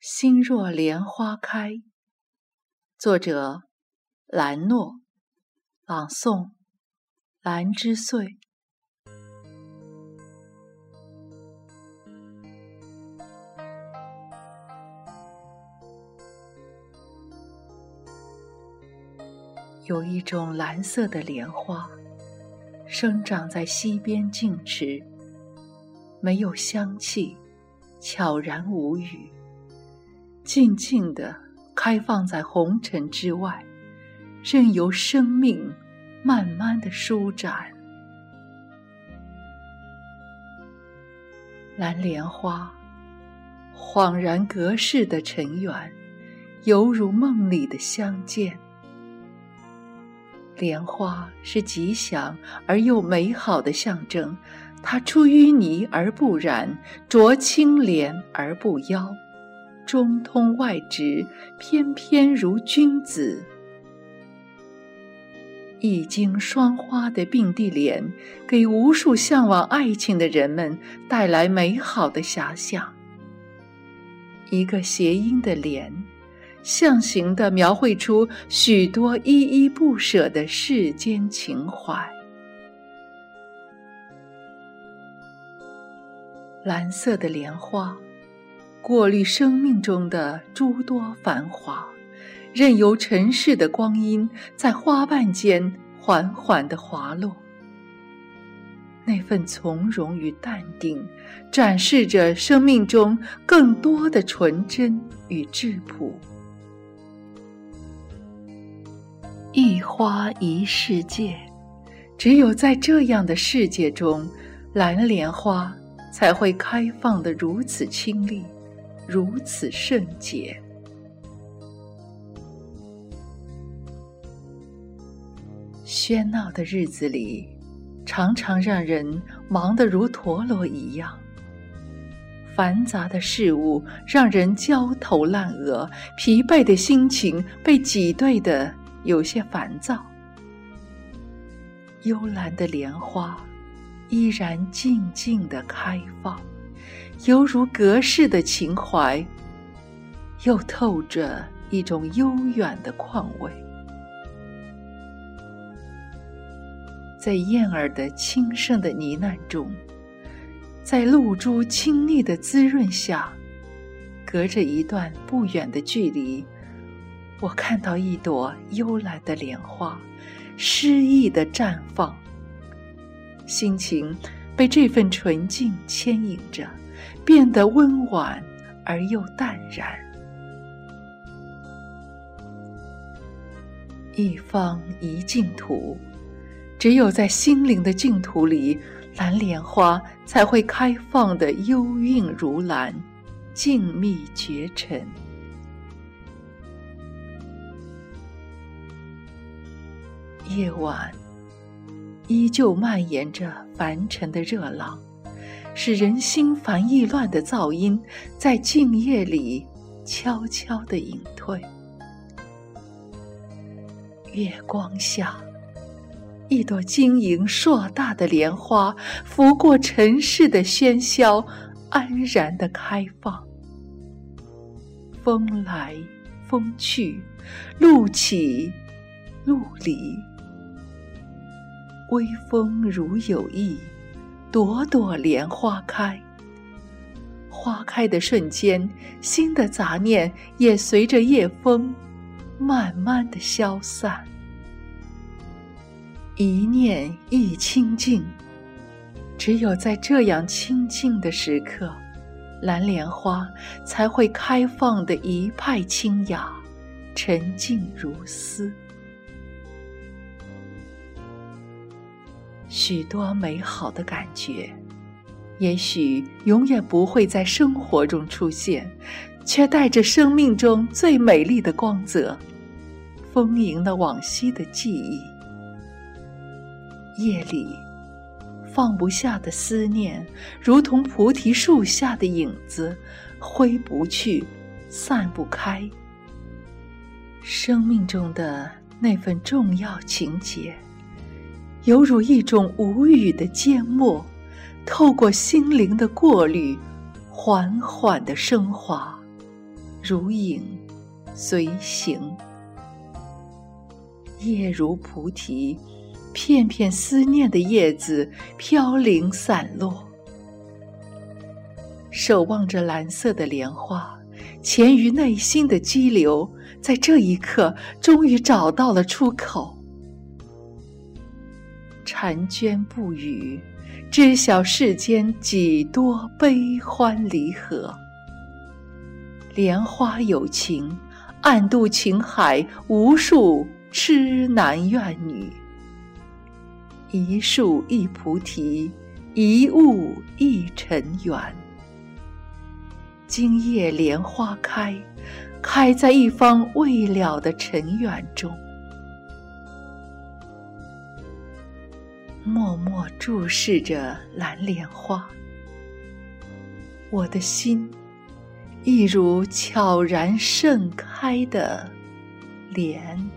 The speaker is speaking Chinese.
心若莲花开。作者兰诺，朗诵兰之岁。有一种蓝色的莲花，生长在溪边净池，没有香气，悄然无语，静静地开放在红尘之外，任由生命慢慢地舒展。蓝莲花恍然隔世的尘缘，犹如梦里的相见。莲花是吉祥而又美好的象征，它出淤泥而不染，濯清涟而不妖，中通外直，翩翩如君子。一经霜花的并蒂莲，给无数向往爱情的人们带来美好的遐想。一个谐音的莲，象形地描绘出许多依依不舍的世间情怀。蓝色的莲花过滤生命中的诸多繁华，任由尘世的光阴在花瓣间缓缓地滑落。那份从容与淡定，展示着生命中更多的纯真与质朴。一花一世界，只有在这样的世界中，蓝莲花才会开放得如此清丽，如此圣洁。喧闹的日子里，常常让人忙得如陀螺一样，繁杂的事物让人焦头烂额，疲惫的心情被挤兑得有些烦躁。幽蓝的莲花依然静静地开放，犹如隔世的情怀，又透着一种悠远的况味。在燕儿的轻声的呢喃中，在露珠亲昵的滋润下，隔着一段不远的距离，我看到一朵幽蓝的莲花诗意地绽放，心情被这份纯净牵引着，变得温婉而又淡然。一方一净土，只有在心灵的净土里，蓝莲花才会开放的幽韵如蓝，静谧绝尘。夜晚依旧蔓延着凡尘的热浪，使人心烦意乱的噪音在静夜里悄悄地隐退。月光下，一朵晶莹硕大的莲花拂过尘世的喧嚣，安然地开放。风来风去，路起路离，微风如有意，朵朵莲花开。花开的瞬间，心的杂念也随着夜风慢慢地消散。一念一清净，只有在这样清净的时刻，蓝莲花才会开放得一派清雅，沉静如丝。许多美好的感觉，也许永远不会在生活中出现，却带着生命中最美丽的光泽，丰盈了往昔的记忆。夜里放不下的思念，如同菩提树下的影子，挥不去，散不开。生命中的那份重要情节，犹如一种无语的缄默，透过心灵的过滤，缓缓地升华， 如影随形。叶如菩提，片片思念的叶子飘零散落。守望着蓝色的莲花，潜于内心的激流，在这一刻终于找到了出口。婵娟不语，知晓世间几多悲欢离合。莲花有情，暗度情海无数痴男怨女。一树一菩提，一物一尘缘。今夜莲花开，开在一方未了的尘缘中。默默注视着蓝莲花，我的心一如悄然盛开的莲。